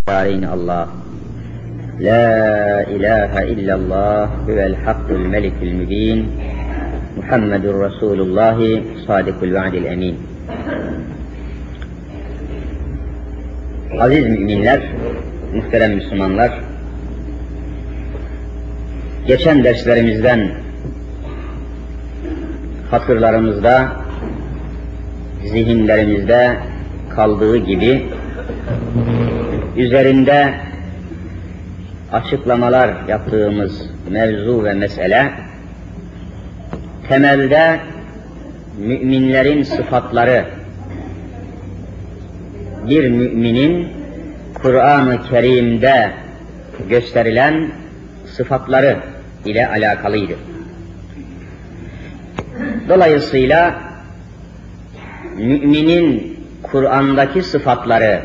دارين الله لا إله إلا الله هو الحق الملك المبين محمد رسول الله صادق الوعد الأمين. Aziz müminler, muhterem Müslümanlar, geçen derslerimizden hatırlarımızda, zihinlerimizde kaldığı gibi üzerinde açıklamalar yaptığımız mevzu ve mesele, temelde müminlerin sıfatları, bir müminin Kur'an-ı Kerim'de gösterilen sıfatları ile alakalıydı. Dolayısıyla müminin Kur'an'daki sıfatları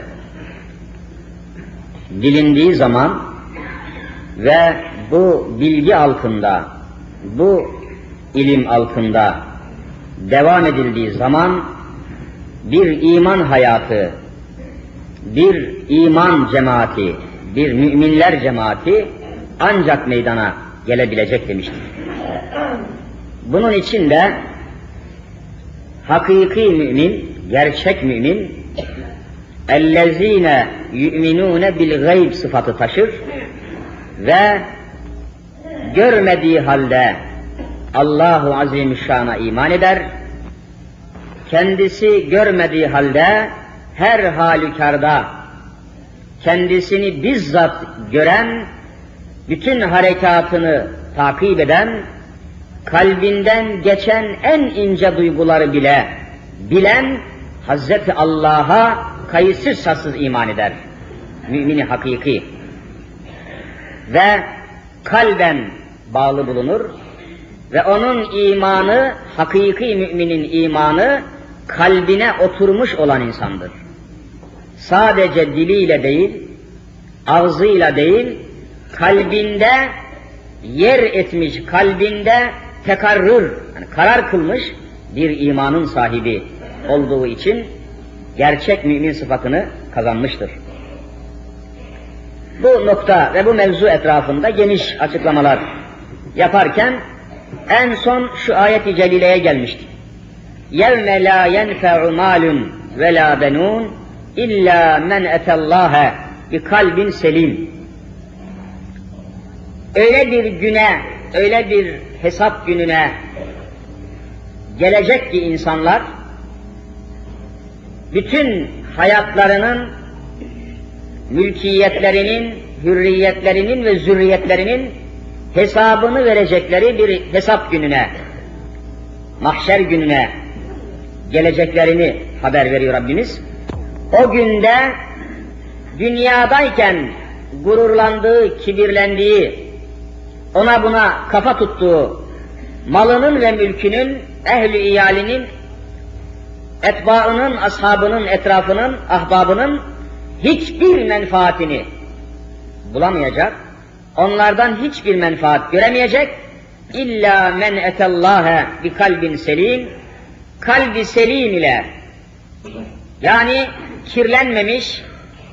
bilindiği zaman ve bu bilgi altında, bu ilim altında devam edildiği zaman bir iman hayatı, bir iman cemaati, bir müminler cemaati ancak meydana gelebilecek demiştir. Bunun için de hakiki mümin, gerçek mümin, اَلَّذ۪ينَ يُؤْمِنُونَ بِالْغَيْبِ sıfatı taşır ve görmediği halde Allah-u Azimüşşan'a iman eder, kendisi görmediği halde her halükarda kendisini bizzat gören, bütün harekatını takip eden, kalbinden geçen en ince duyguları bile bilen Hazreti Allah'a kayıtsız şartsız iman eder. Mümini hakiki. Ve kalben bağlı bulunur ve onun imanı, hakiki müminin imanı kalbine oturmuş olan insandır. Sadece diliyle değil, ağzıyla değil, kalbinde yer etmiş, kalbinde tekarrür, yani karar kılmış bir imanın sahibi olduğu için gerçek mümin sıfatını kazanmıştır. Bu nokta ve bu mevzu etrafında geniş açıklamalar yaparken en son şu ayet-i celileye gelmiştik. يَوْمَ لَا يَنْفَعُ مَالٌ وَلَا بَنُونَ اِلَّا مَنْ اَتَى اللّٰهَ بِقَلْبٍ selim. Öyle bir güne, öyle bir hesap gününe gelecek ki insanlar, bütün hayatlarının, mülkiyetlerinin, hürriyetlerinin ve zürriyetlerinin hesabını verecekleri bir hesap gününe, mahşer gününe geleceklerini haber veriyor Rabbimiz. O günde dünyadayken gururlandığı, kibirlendiği, ona buna kafa tuttuğu malının ve mülkünün, ehli iyalinin, etbaının, ashabının, etrafının, ahbabının hiçbir menfaatini bulamayacak, onlardan hiçbir menfaat göremeyecek. İlla men etallâhe bi kalbin selim, kalbi selim ile, yani kirlenmemiş,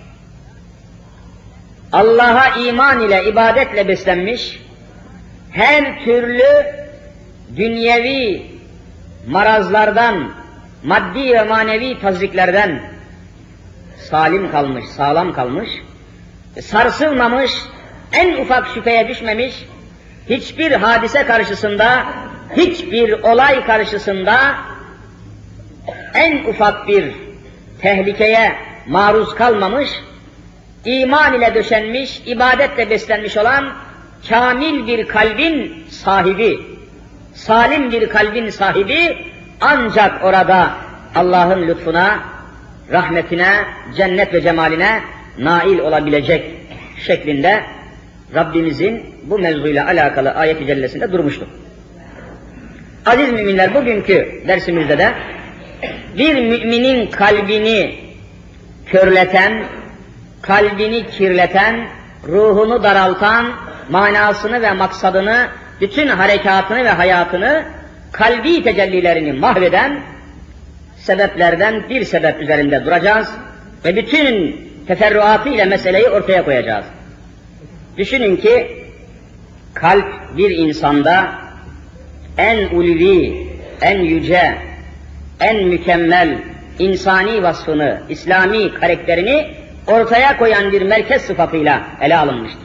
Allah'a iman ile, ibadetle beslenmiş, her türlü dünyevi marazlardan, maddi ve manevi taziklerden salim kalmış, sağlam kalmış, sarsılmamış, en ufak şüpheye düşmemiş, hiçbir hadise karşısında, hiçbir olay karşısında en ufak bir tehlikeye maruz kalmamış, iman ile döşenmiş, ibadetle beslenmiş olan kamil bir kalbin sahibi, salim bir kalbin sahibi ancak orada Allah'ın lütfuna, rahmetine, cennet ve cemaline nail olabilecek şeklinde Rabbimizin bu mevzuyla alakalı ayet-i cellesinde durmuştuk. Aziz müminler, bugünkü dersimizde de bir müminin kalbini körleten, kalbini kirleten, ruhunu daraltan, manasını ve maksadını, bütün harekatını ve hayatını, kalbi tecellilerini mahveden sebeplerden bir sebep üzerinde duracağız ve bütün teferruatıyla meseleyi ortaya koyacağız. Düşünün ki kalp bir insanda en ulvi, en yüce, en mükemmel insani vasfını, İslami karakterini ortaya koyan bir merkez sıfatıyla ele alınmıştır.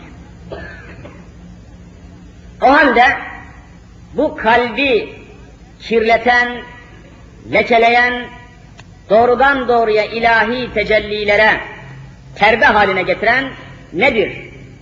O halde bu kalbi kirleten, lekeleyen, doğrudan doğruya ilahi tecellilere perde haline getiren nedir?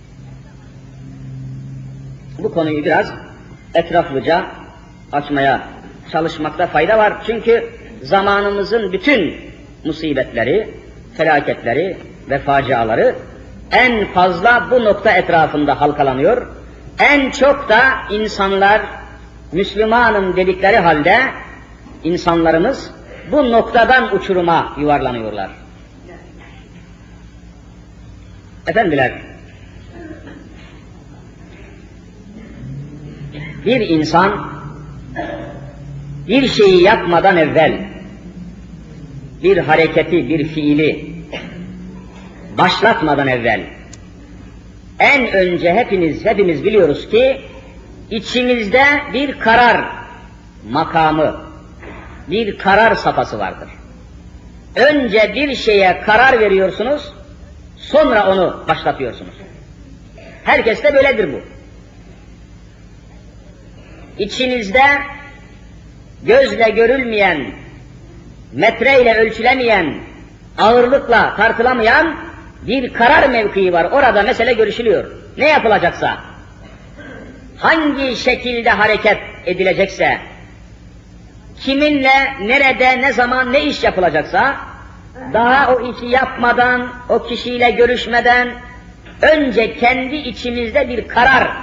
Bu konuyu biraz etraflıca açmaya çalışmakta fayda var. Çünkü zamanımızın bütün musibetleri, felaketleri ve faciaları en fazla bu nokta etrafında halkalanıyor. En çok da insanlar Müslümanım dedikleri halde insanlarımız bu noktadan uçuruma yuvarlanıyorlar. Efendiler, bir insan bir şeyi yapmadan evvel bir hareketi, bir fiili başlatmadan evvel en önce hepimiz biliyoruz ki içimizde bir karar makamı, bir karar safhası vardır. Önce bir şeye karar veriyorsunuz, sonra onu başlatıyorsunuz. Herkeste böyledir bu. İçinizde gözle görülmeyen, metreyle ölçülemeyen, ağırlıkla tartılamayan bir karar mevkii var. Orada mesele görüşülüyor. Ne yapılacaksa, hangi şekilde hareket edilecekse, kiminle, nerede, ne zaman, ne iş yapılacaksa, daha o işi yapmadan, o kişiyle görüşmeden, önce kendi içimizde bir karar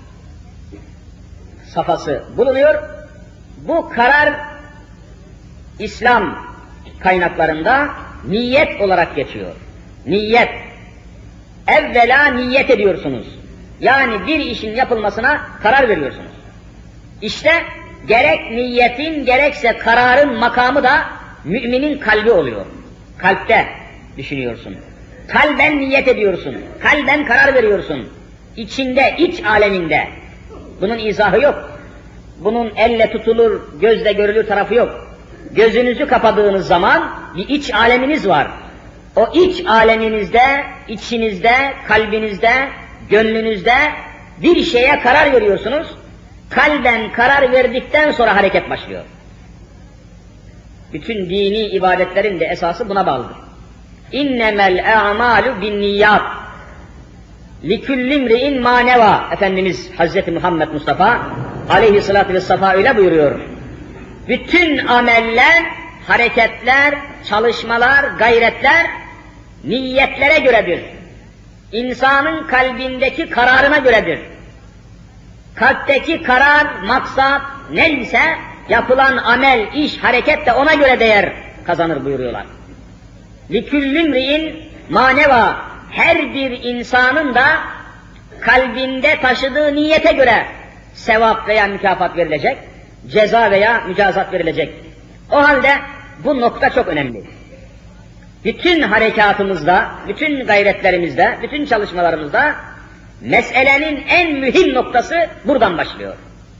safhası bulunuyor. Bu karar, İslam kaynaklarında niyet olarak geçiyor. Niyet. Evvela niyet ediyorsunuz. Yani bir işin yapılmasına karar veriyorsunuz. İşte gerek niyetin gerekse kararın makamı da müminin kalbi oluyor. Kalpte düşünüyorsun. Kalben niyet ediyorsun. Kalben karar veriyorsun. İçinde, iç aleminde. Bunun izahı yok. Bunun elle tutulur, gözle görülür tarafı yok. Gözünüzü kapadığınız zaman bir iç aleminiz var. O iç aleminizde, içinizde, kalbinizde, gönlünüzde bir şeye karar veriyorsunuz. Kalben karar verdikten sonra hareket başlıyor. Bütün dini ibadetlerin de esası buna bağlıdır. İnnemel a'malu binniyat. Likullimri'in maneva. Efendimiz Hazreti Muhammed Mustafa aleyhissalatü vesselam öyle buyuruyor. Bütün ameller, hareketler, çalışmalar, gayretler niyetlere göredir. İnsanın kalbindeki kararına göredir. Kalpteki karar, maksat neyse yapılan amel, iş, hareket de ona göre değer kazanır buyuruyorlar. Liküllimri'in maneva, her bir insanın da kalbinde taşıdığı niyete göre sevap veya mükafat verilecek, ceza veya mücazat verilecek. O halde bu nokta çok önemli. Bütün harekatımızda, bütün gayretlerimizde, bütün çalışmalarımızda meselenin en mühim noktası buradan başlıyor.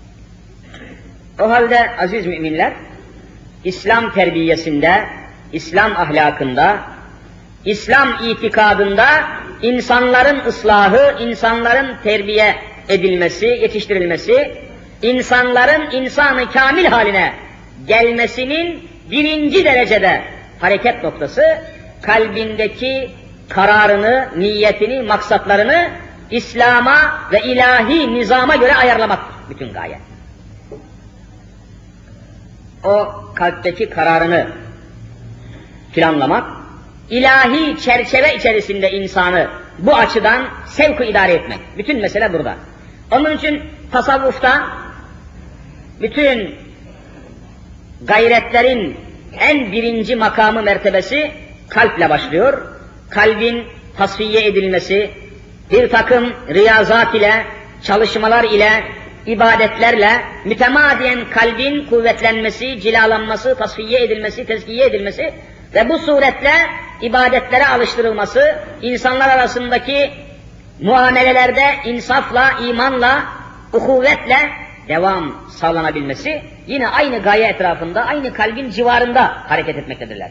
O halde aziz müminler, İslam terbiyesinde, İslam ahlakında, İslam itikadında insanların ıslahı, insanların terbiye edilmesi, yetiştirilmesi, insanların insanı kamil haline gelmesinin birinci derecede hareket noktası, kalbindeki kararını, niyetini, maksatlarını İslam'a ve ilahi nizama göre ayarlamak bütün gaye. O kalpteki kararını planlamak, ilahi çerçeve içerisinde insanı bu açıdan sevk-ı idare etmek. Bütün mesele burada. Onun için tasavvufta bütün gayretlerin en birinci makamı mertebesi kalple başlıyor. Kalbin tasfiye edilmesi, bir takım riyazat ile, çalışmalar ile, ibadetlerle mütemadiyen kalbin kuvvetlenmesi, cilalanması, tasfiye edilmesi, tezkiye edilmesi ve bu suretle ibadetlere alıştırılması, insanlar arasındaki muamelelerde insafla, imanla, uhuvvetle devam sağlanabilmesi yine aynı gaye etrafında, aynı kalbin civarında hareket etmektedirler.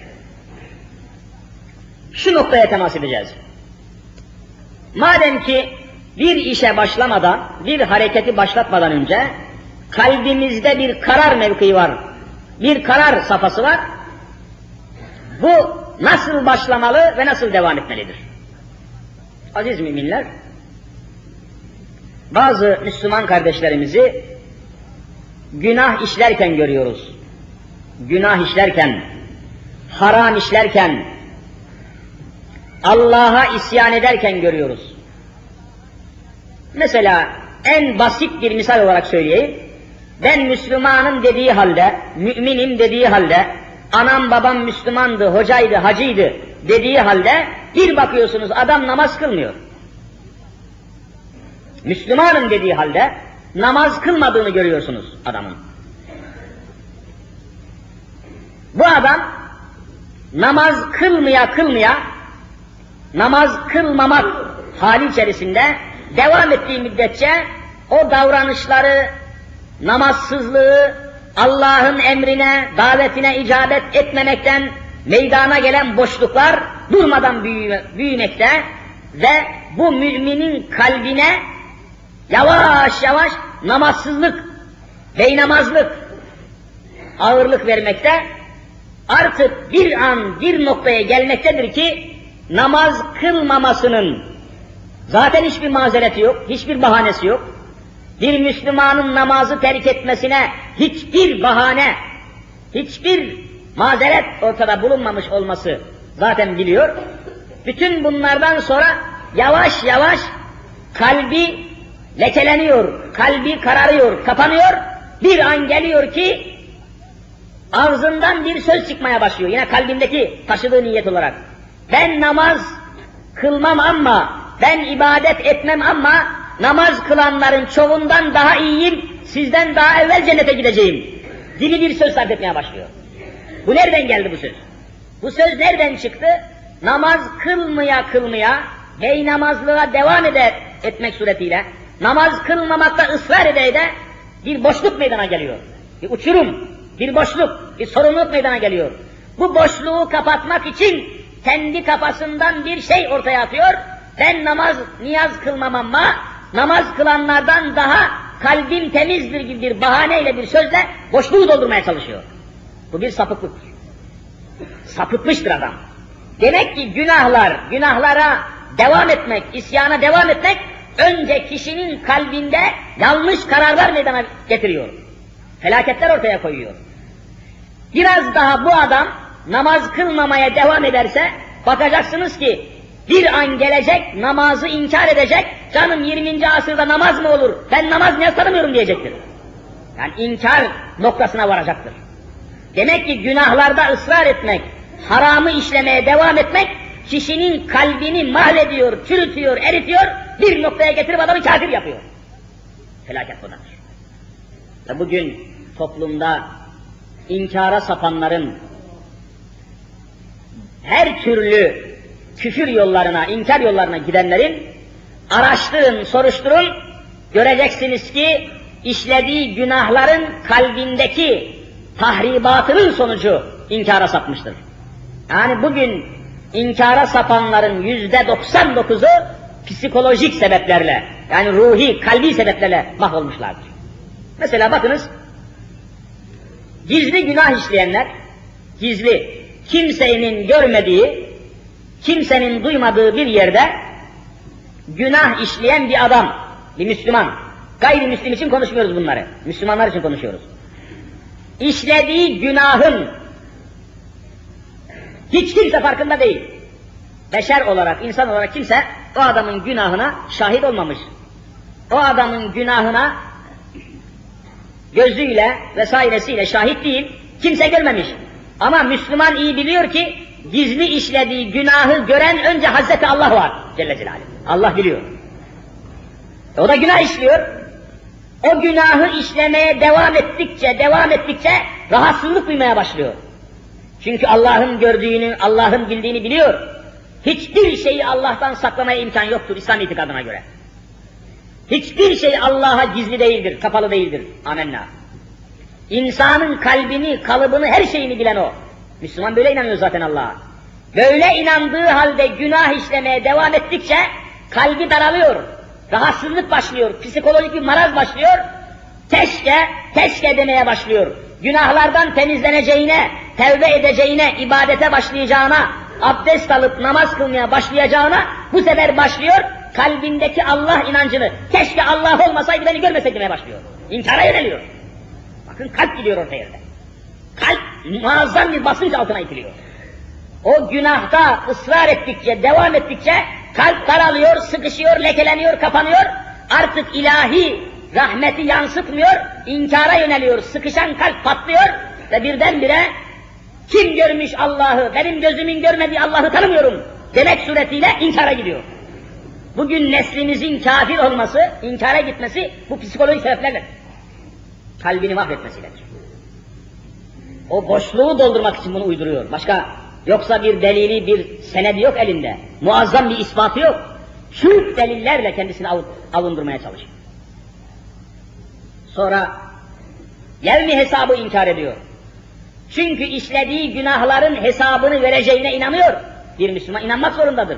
Şu noktaya temas edeceğiz. Madem ki bir işe başlamadan, bir hareketi başlatmadan önce kalbimizde bir karar mevkii var, bir karar safhası var. Bu nasıl başlamalı ve nasıl devam etmelidir? Aziz müminler, bazı Müslüman kardeşlerimizi günah işlerken görüyoruz. Günah işlerken, haram işlerken, Allah'a isyan ederken görüyoruz. Mesela en basit bir misal olarak söyleyeyim. Ben Müslümanım dediği halde, müminim dediği halde, anam babam Müslümandı, hocaydı, hacıydı dediği halde bir bakıyorsunuz adam namaz kılmıyor. Müslümanım dediği halde namaz kılmadığını görüyorsunuz adamın. Bu adam namaz kılmaya, namaz kılmamak hali içerisinde devam ettiği müddetçe o davranışları, namazsızlığı, Allah'ın emrine, davetine icabet etmemekten meydana gelen boşluklar durmadan büyümekte ve bu müminin kalbine yavaş yavaş namazsızlık, beynamazlık ağırlık vermekte, artık bir an bir noktaya gelmektedir ki namaz kılmamasının zaten hiçbir mazereti yok, hiçbir bahanesi yok. Bir Müslümanın namazı terk etmesine hiçbir bahane, hiçbir mazeret ortada bulunmamış olması zaten biliyor. Bütün bunlardan sonra yavaş yavaş kalbi lekeleniyor, kalbi kararıyor, kapanıyor. Bir an geliyor ki ağzından bir söz çıkmaya başlıyor. Yine kalbindeki taşıdığı niyet olarak. Ben namaz kılmam ama, ben ibadet etmem ama namaz kılanların çoğundan daha iyiyim, sizden daha evvel cennete gideceğim gibi bir söz sarf etmeye başlıyor. Bu nereden geldi bu söz? Bu söz nereden çıktı? Namaz kılmaya, beynamazlığa devam etmek suretiyle, namaz kılmamakta ısrar ede bir boşluk meydana geliyor. Bir uçurum, bir boşluk, bir sorumluluk meydana geliyor. Bu boşluğu kapatmak için kendi kafasından bir şey ortaya atıyor. Ben niyaz kılmam ama namaz kılanlardan daha kalbim temizdir gibi bir bahaneyle, bir sözle boşluğu doldurmaya çalışıyor. Bu bir sapıklıktır. Sapıtmıştır adam. Demek ki günahlara devam etmek, isyana devam etmek, önce kişinin kalbinde yanlış kararlar meydana getiriyor. Felaketler ortaya koyuyor. Biraz daha bu adam namaz kılmamaya devam ederse, bakacaksınız ki bir an gelecek, namazı inkar edecek, canım 20. asırda namaz mı olur, ben namaz niye tanımıyorum diyecektir. Yani inkar noktasına varacaktır. Demek ki günahlarda ısrar etmek, haramı işlemeye devam etmek, kişinin kalbini mahvediyor, çürütüyor, eritiyor, bir noktaya getirip adamı kafir yapıyor. Felaket budur. Ve bugün toplumda inkara sapanların, her türlü küfür yollarına, inkar yollarına gidenlerin araştırın, soruşturun, göreceksiniz ki işlediği günahların kalbindeki tahribatının sonucu inkara sapmıştır. Yani bugün inkara sapanların %99'u psikolojik sebeplerle, yani ruhi, kalbi sebeplerle mahvolmuşlardır. Mesela bakınız, gizli günah işleyenler, gizli, kimsenin görmediği, kimsenin duymadığı bir yerde günah işleyen bir adam, bir Müslüman, gayrimüslim için konuşmuyoruz bunları, Müslümanlar için konuşuyoruz. İşlediği günahın hiç kimse farkında değil. Beşer olarak, insan olarak kimse o adamın günahına şahit olmamış. O adamın günahına gözüyle vesairesiyle şahit değil, kimse görmemiş. Ama Müslüman iyi biliyor ki gizli işlediği günahı gören önce Hazreti Allah var Celle Celaluhu. Allah biliyor. O da günah işliyor. O günahı işlemeye devam ettikçe rahatsızlık duymaya başlıyor. Çünkü Allah'ın gördüğünü, Allah'ın bildiğini biliyor. Hiçbir şeyi Allah'tan saklamaya imkan yoktur İslam itikadına göre. Hiçbir şey Allah'a gizli değildir, kapalı değildir. Amenna. İnsanın kalbini, kalıbını, her şeyini bilen o. Müslüman böyle inanıyor zaten Allah'a. Böyle inandığı halde günah işlemeye devam ettikçe kalbi daralıyor. Rahatsızlık başlıyor, psikolojik bir maraz başlıyor. Keşke demeye başlıyor. Günahlardan temizleneceğine, tevbe edeceğine, ibadete başlayacağına, abdest alıp namaz kılmaya başlayacağına bu sefer başlıyor, kalbindeki Allah inancını, keşke Allah olmasaydı beni görmeseydi demeye başlıyor. İnkara yöneliyor. Bakın kalp gidiyor orta yerde. Kalp muazzam bir basınç altına itiliyor. O günahta ısrar ettikçe, devam ettikçe kalp daralıyor, sıkışıyor, lekeleniyor, kapanıyor. Artık ilahi rahmeti yansıtmıyor, inkara yöneliyor, sıkışan kalp patlıyor ve birdenbire kim görmüş Allah'ı, benim gözümün görmediği Allah'ı tanımıyorum demek suretiyle inkara gidiyor. Bugün neslimizin kafir olması, inkara gitmesi bu psikolojik sebeplerle, kalbini mahvetmesidir. O boşluğu doldurmak için bunu uyduruyor. Yoksa bir delili, bir senedi yok elinde. Muazzam bir ispatı yok. Şu delillerle kendisini avundurmaya çalışıyor. Sonra yevmi hesabı inkar ediyor. Çünkü işlediği günahların hesabını vereceğine inanıyor. Bir Müslüman inanmak zorundadır.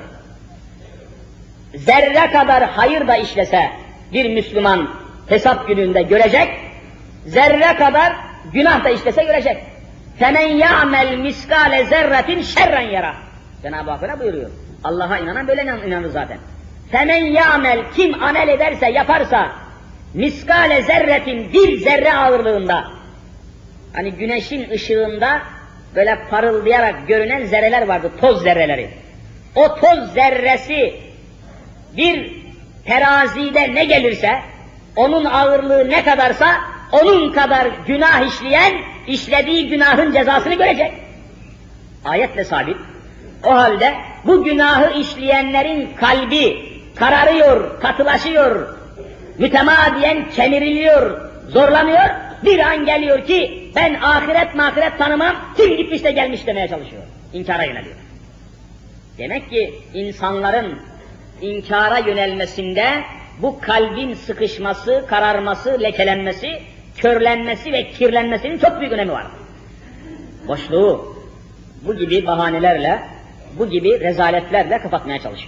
Zerre kadar hayır da işlese bir Müslüman hesap gününde görecek, zerre kadar günah da işlese görecek. فَمَنْ يَعْمَلْ مِسْكَالَ زَرَّةٍ شَرًّا يَرَى. Cenab-ı Hak öyle buyuruyor. Allah'a inanan böyle inanır zaten. فَمَنْ يَعْمَلْ kim amel ederse, yaparsa, miskale zerretin bir zerre ağırlığında, hani güneşin ışığında böyle parıldayarak görünen zerreler vardı, toz zerreleri. O toz zerresi bir terazide ne gelirse, onun ağırlığı ne kadarsa, onun kadar günah işleyen, işlediği günahın cezasını görecek. Ayetle sabit. O halde bu günahı işleyenlerin kalbi kararıyor, katılaşıyor, mütemadiyen kemiriliyor, zorlanıyor. Bir an geliyor ki ben ahiret tanımam, kim gitmiş de gelmiş demeye çalışıyor. İnkara yöneliyor. Demek ki insanların inkara yönelmesinde bu kalbin sıkışması, kararması, lekelenmesi, körlenmesi ve kirlenmesinin çok büyük önemi var. Boşluğu bu gibi bahanelerle, bu gibi rezaletlerle kapatmaya çalışıyor.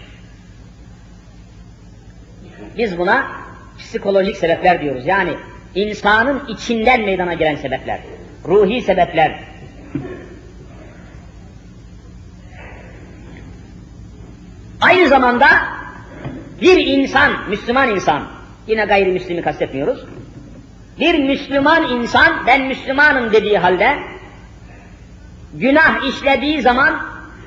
Biz buna psikolojik sebepler diyoruz. Yani insanın içinden meydana gelen sebepler, ruhi sebepler. Aynı zamanda bir insan, Müslüman insan, yine gayrimüslimi kastetmiyoruz, bir Müslüman insan, ben Müslümanım dediği halde, günah işlediği zaman,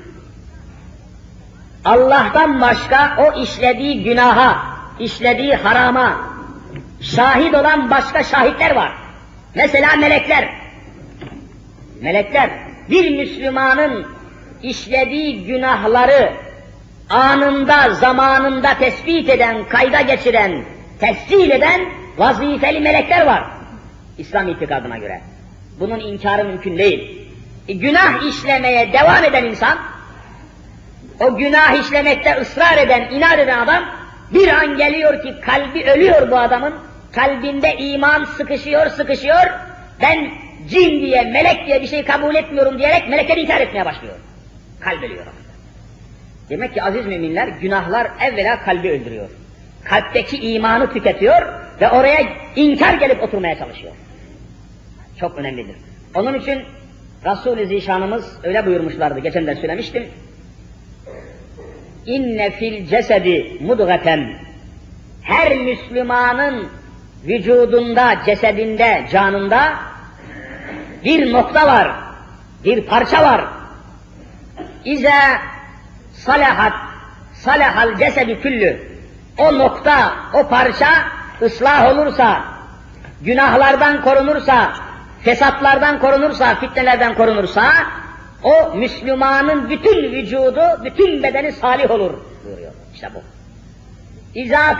Allah'tan başka o işlediği günaha, işlediği harama, şahit olan başka şahitler var. Mesela melekler. Melekler, bir Müslümanın işlediği günahları anında, zamanında tespit eden, kayda geçiren, tescil eden vazifeli melekler var. İslam itikadına göre. Bunun inkarı mümkün değil. Günah işlemeye devam eden insan, o günah işlemekte ısrar eden, inat eden adam, bir an geliyor ki kalbi ölüyor bu adamın, kalbinde iman sıkışıyor, ben cin diye, melek diye bir şey kabul etmiyorum diyerek melekleri inkar etmeye başlıyor. Kalp ölüyor. Demek ki aziz müminler, günahlar evvela kalbi öldürüyor. Kalpteki imanı tüketiyor ve oraya inkar gelip oturmaya çalışıyor. Çok önemlidir. Onun için Resul-i Zişanımız öyle buyurmuşlardı, geçen de söylemiştim. İnne fil cesedi mudgaten. Her Müslümanın vücudunda, cesedinde, canında bir nokta var, bir parça var. İze salahal cesedi küllü. O nokta, o parça ıslah olursa, günahlardan korunursa, fesatlardan korunursa, fitnelerden korunursa, o Müslümanın bütün vücudu, bütün bedeni salih olur buyuruyor. İşte bu. İzâ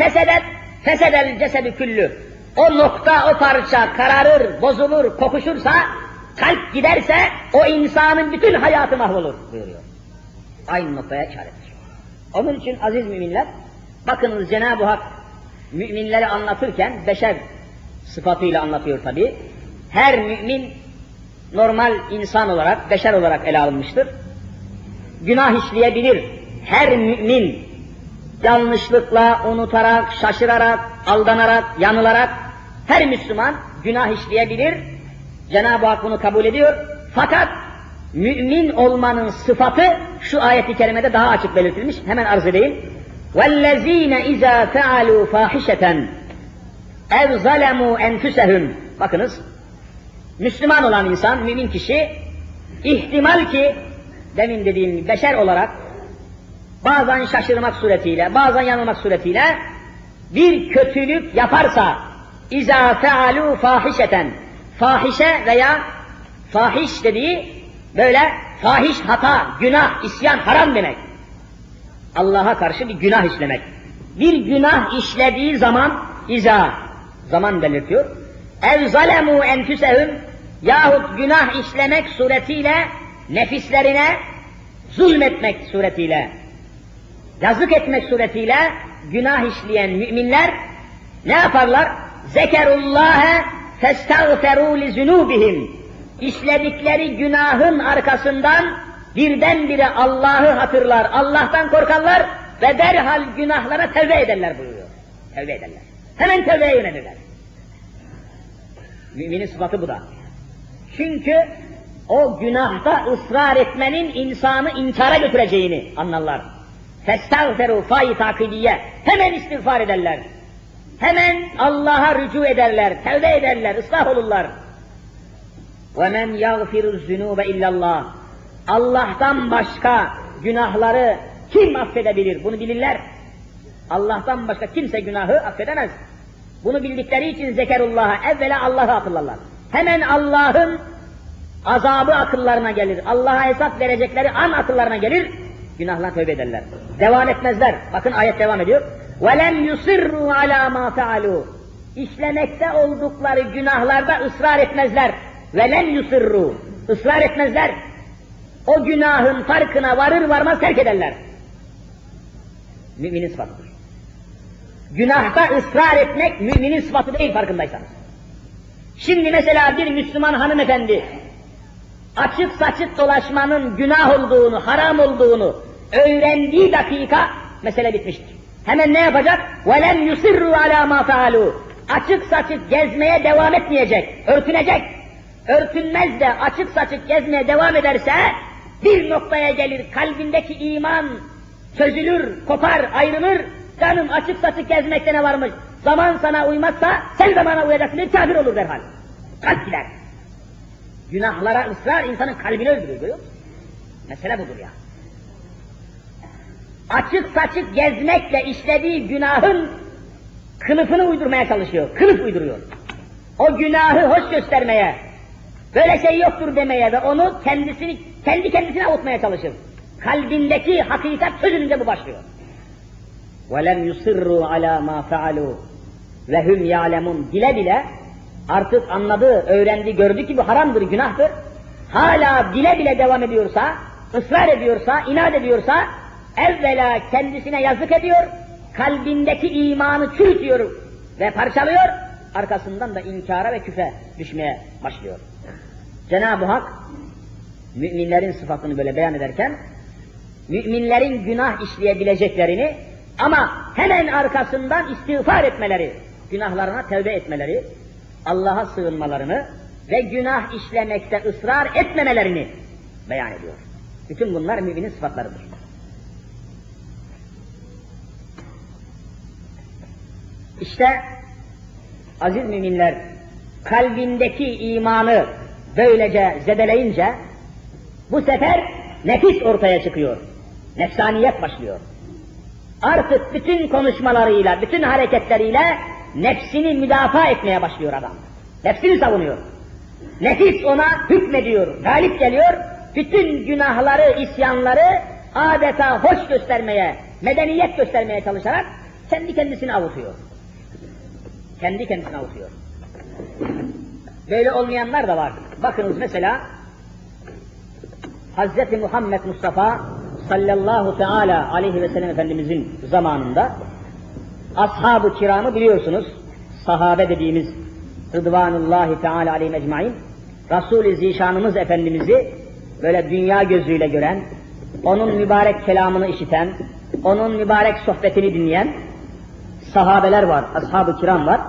fesedel cesedü küllü. O nokta, o parça kararır, bozulur, kokuşursa, Kalp giderse o insanın bütün hayatı mahvolur buyuruyor. Aynı noktaya işarettir. Onun için aziz müminler, bakınız Cenab-ı Hak müminleri anlatırken beşer sıfatıyla anlatıyor tabi. Her mümin normal insan olarak, beşer olarak ele alınmıştır. Günah işleyebilir. Her mümin yanlışlıkla, unutarak, şaşırarak, aldanarak, yanılarak her Müslüman günah işleyebilir. Cenab-ı Hak bunu kabul ediyor. Fakat mümin olmanın sıfatı şu ayet-i kerimede daha açık belirtilmiş. Hemen arz edeyim. وَالَّذ۪ينَ اِذَا فَعَلُوا فَاحِشَةً اَوْ ظَلَمُوا اَنْفُسَهُمْ. Bakınız, Müslüman olan insan, mümin kişi, ihtimal ki, demin dediğim gibi beşer olarak, bazen şaşırmak suretiyle, bazen yanılmak suretiyle, bir kötülük yaparsa, اِذَا فَعَلُوا فَاحِشَةً, fahişe veya fahiş dediği, böyle fahiş hata, günah, isyan, haram demek. Allah'a karşı bir günah işlemek. Bir günah işlediği zaman, zaman belirtiyor. اَوْ ظَلَمُوا اَنْفُسَهُمْ, yahut günah işlemek suretiyle, nefislerine zulmetmek suretiyle, yazık etmek suretiyle günah işleyen müminler ne yaparlar? Zekerullâhe festağferû li zunûbihim. İşledikleri günahın arkasından birdenbire Allah'ı hatırlar, Allah'tan korkarlar ve derhal günahlara tevbe ederler buyuruyor. Tevbe ederler. Hemen tevbeye yönelirler. Müminin sıfatı bu da. Çünkü o günahta ısrar etmenin insanı inkara götüreceğini anlarlar. Festağferû fâ-i takidiye. Hemen istiğfar ederler. Hemen Allah'a rücu ederler, tevbe ederler, ıslah olurlar. وَمَنْ يَغْفِرُ الذُّنُوبَ اِلَّا اللّٰهِ. Allah'tan başka günahları kim affedebilir? Bunu bilirler. Allah'tan başka kimse günahı affedemez. Bunu bildikleri için zekerullah'a, evvela Allah'ı hatırlarlar. Hemen Allah'ın azabı akıllarına gelir. Allah'a hesap verecekleri an akıllarına gelir. Günahlarına tövbe ederler. Devam etmezler. Bakın ayet devam ediyor. وَلَمْ يُصِرُّوا عَلَى مَا فَعَلُوا. İşlemekte oldukları günahlarda ısrar etmezler. وَلَمْ يُصِرُّوا. Israr etmezler. O günahın farkına varır varmaz terk ederler. Müminin sıfatıdır. Günahta ısrar etmek müminin sıfatı değil farkındaysanız. Şimdi mesela bir Müslüman hanımefendi açık saçık dolaşmanın günah olduğunu, haram olduğunu öğrendiği dakika mesele bitmiştir. Hemen ne yapacak? وَلَمْ يُصِرُّوا عَلَى مَا فَعَلُوا. Açık saçık gezmeye devam etmeyecek, örtünecek. Örtünmez de açık saçık gezmeye devam ederse bir noktaya gelir, kalbindeki iman çözülür, kopar, ayrılır. Canım açık saçık gezmekte ne varmış? Zaman sana uymazsa sen de bana uyacaksın diye kafir olur derhal. Kalp gider. Günahlara ısrar insanın kalbini öldürüyor, görüyor musun? Mesele budur ya. Açık saçık gezmekle işlediği günahın kılıfını uydurmaya çalışıyor, kılıf uyduruyor. O günahı hoş göstermeye, böyle şey yoktur demeye ve onu kendi kendisine avutmaya çalışır. Kalbindeki hakikat çözülünce bu başlıyor. وَلَمْ يُصِرُّوا عَلَى مَا فَعَلُوا وَهُمْ يَعْلَمُونَ. Bile bile artık anladı, öğrendi, gördü ki bu haramdır, günahtır. Hala bile bile devam ediyorsa, ısrar ediyorsa, inat ediyorsa, evvela kendisine yazık ediyor, kalbindeki imanı çürütüyor ve parçalıyor, arkasından da inkara ve küfre düşmeye başlıyor. Cenab-ı Hak, müminlerin sıfatını böyle beyan ederken, müminlerin günah işleyebileceklerini ama hemen arkasından istiğfar etmeleri, günahlarına tevbe etmeleri, Allah'a sığınmalarını ve günah işlemekte ısrar etmemelerini beyan ediyor. Bütün bunlar müminin sıfatlarıdır. İşte aziz müminler, kalbindeki imanı böylece zedeleyince bu sefer nefis ortaya çıkıyor. Nefsaniyet başlıyor. Artık bütün konuşmalarıyla, bütün hareketleriyle nefsini müdafaa etmeye başlıyor adam. Nefsini savunuyor. Nefis ona hükmediyor, galip geliyor. Bütün günahları, isyanları adeta hoş göstermeye, medeniyet göstermeye çalışarak kendi kendisini avutuyor. Kendi kendisini avutuyor. Böyle olmayanlar da var. Bakınız mesela Hz. Muhammed Mustafa sallallahu teala aleyhi ve sellem Efendimizin zamanında ashab-ı kiramı biliyorsunuz, sahabe dediğimiz Rıdvanullahi teala aleyhi ecmaîn, Resul-i Zişanımız Efendimiz'i böyle dünya gözüyle gören, onun mübarek kelamını işiten, onun mübarek sohbetini dinleyen sahabeler var, ashab-ı kiram var.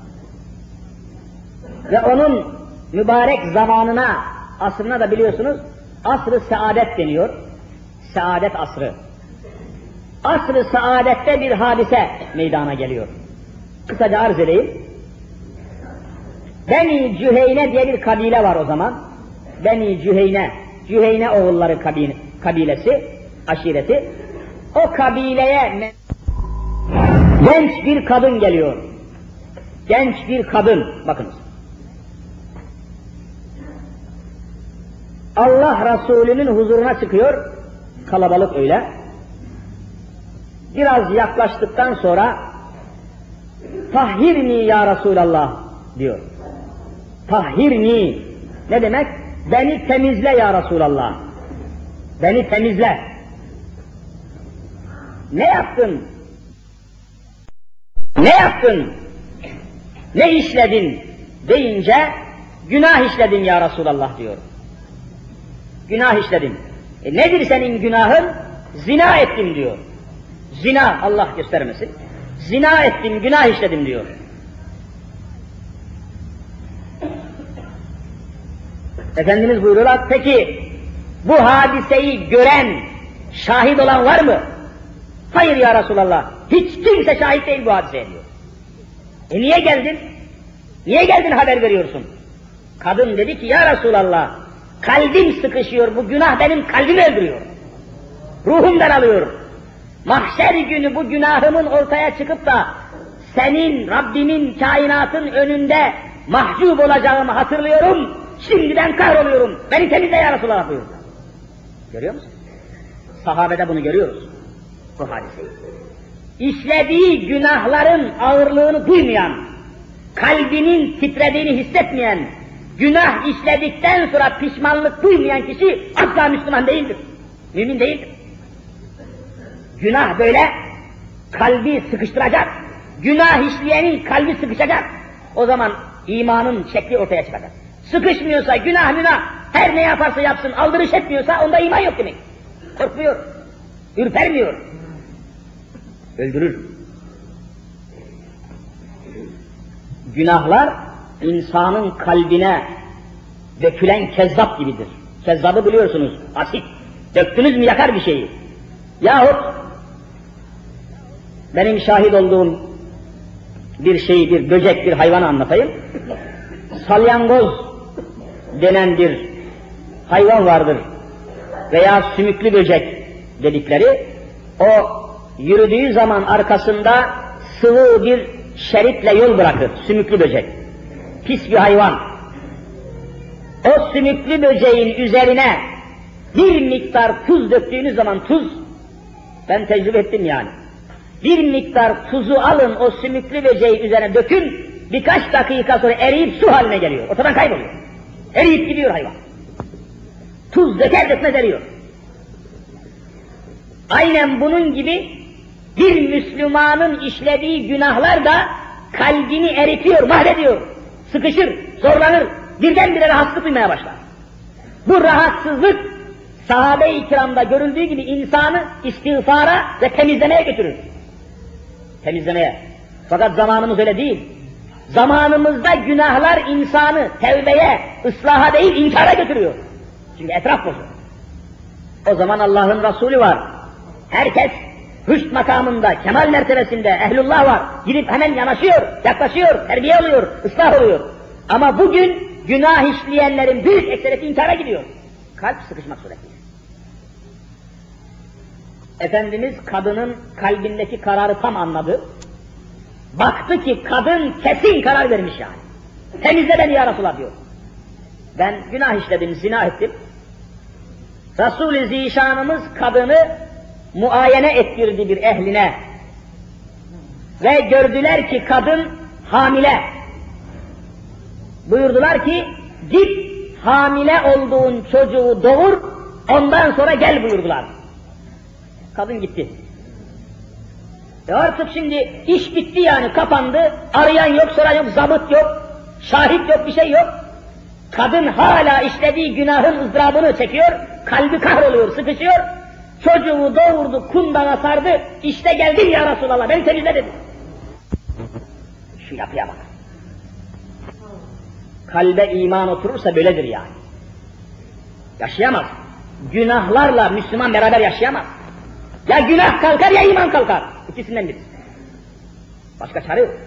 Ve onun mübarek zamanına, asrına da biliyorsunuz, asr-ı saadet deniyor. Saadet asrı. Asr-ı saadette bir hadise meydana geliyor. Kısaca arz edeyim. Beni Cüheyne diye bir kabile var o zaman. Beni Cüheyne, Cüheyne oğulları kabilesi, aşireti. O kabileye genç bir kadın geliyor. Genç bir kadın, bakınız. Allah Resulü'nün huzuruna çıkıyor, kalabalık öyle. Biraz yaklaştıktan sonra, tahhirni ya Resulallah diyor. Tahhirni, ne demek? Beni temizle ya Resulallah. Beni temizle. Ne yaptın? Ne yaptın? Ne işledin? Deyince, günah işledin ya Resulallah diyor. Günah işledin. Nedir senin günahın? Zina ettim diyor. Zina, Allah göstermesin. Zina ettim, günah işledim diyor. Efendimiz buyuruyorlar, peki bu hadiseyi gören, şahit olan var mı? Hayır ya Resulallah, hiç kimse şahit değil bu hadiseye diyor. Niye geldin? Niye geldin haber veriyorsun? Kadın dedi ki ya Resulallah, kalbim sıkışıyor, bu günah benim kalbimi öldürüyor. Ruhumdan alıyor. Mahşer günü bu günahımın ortaya çıkıp da senin, Rabbimin, kainatın önünde mahcup olacağımı hatırlıyorum. Şimdiden kahroluyorum. Beni temizle ya Resulallah buyurdu. Görüyor musun? Sahabede bunu görüyoruz. Bu hadiseyi. İşlediği günahların ağırlığını duymayan, kalbinin titrediğini hissetmeyen, günah işledikten sonra pişmanlık duymayan kişi asla Müslüman değildir. Mümin değildir. Günah böyle kalbi sıkıştıracak. Günah işleyenin kalbi sıkışacak. O zaman imanın şekli ortaya çıkacak. Sıkışmıyorsa günah her ne yaparsa yapsın aldırış etmiyorsa onda iman yok demek. Korkmuyor. Ürpermiyor. Öldürür. Günahlar insanın kalbine dökülen kezzap gibidir. Kezzabı biliyorsunuz, asit. Döktünüz mü yakar bir şeyi. Yahut benim şahit olduğum bir şeyi, bir böcek, bir hayvanı anlatayım. Salyangoz denen bir hayvan vardır veya sümüklü böcek dedikleri. O yürüdüğü zaman arkasında sıvı bir şeritle yol bırakır, sümüklü böcek. Pis bir hayvan. O sümüklü böceğin üzerine bir miktar tuz döktüğünüz zaman, tuz, ben tecrübe ettim yani. Bir miktar tuzu alın, o sümüklü böceği üzerine dökün, birkaç dakika sonra eriyip su haline geliyor, ortadan kayboluyor. Eriyip gidiyor hayvan. Tuz döker dökmez eriyor. Aynen bunun gibi bir Müslümanın işlediği günahlar da kalbini eritiyor, mahvediyor. Sıkışır, zorlanır, birdenbire rahatsızlık duymaya başlar. Bu rahatsızlık sahabe-i kiramda görüldüğü gibi insanı istiğfara ve temizlemeye götürür. Temizlemeye. Fakat zamanımız öyle değil. Zamanımızda günahlar insanı tevbeye, ıslaha değil inkara götürüyor. Çünkü etraf bozuyor. O zaman Allah'ın Resulü var. Herkes hüşt makamında, kemal mertebesinde ehlullah var. Gidip hemen yanaşıyor, yaklaşıyor, terbiye oluyor, ıslah oluyor. Ama bugün günah işleyenlerin büyük ekseriyeti inkara gidiyor. Kalp sıkışmak suretiyle. Efendimiz kadının kalbindeki kararı tam anladı. Baktı ki kadın kesin karar vermiş yani. Temizle beni ya Resulallah diyor. Ben günah işledim, zina ettim. Resul-i Zişanımız kadını muayene ettirdi bir ehline. Ve gördüler ki kadın hamile. Buyurdular ki git hamile olduğun çocuğu doğur, ondan sonra gel buyurdular. Kadın gitti. Artık şimdi iş bitti yani, kapandı, arayan yok, soran yok, zabıt yok, şahit yok, bir şey yok. Kadın hala işlediği günahın ızdırabını çekiyor, kalbi kahroluyor, sıkışıyor. Çocuğu doğurdu, kundana sardı, işte geldim ya Resulallah, beni temizle dedi. Şu yapıya bak. Kalbe iman oturursa böyledir yani. Yaşayamaz. Günahlarla Müslüman beraber yaşayamaz. Ya günah kalkar ya iman kalkar. İkisinden biri. Başka çare yok.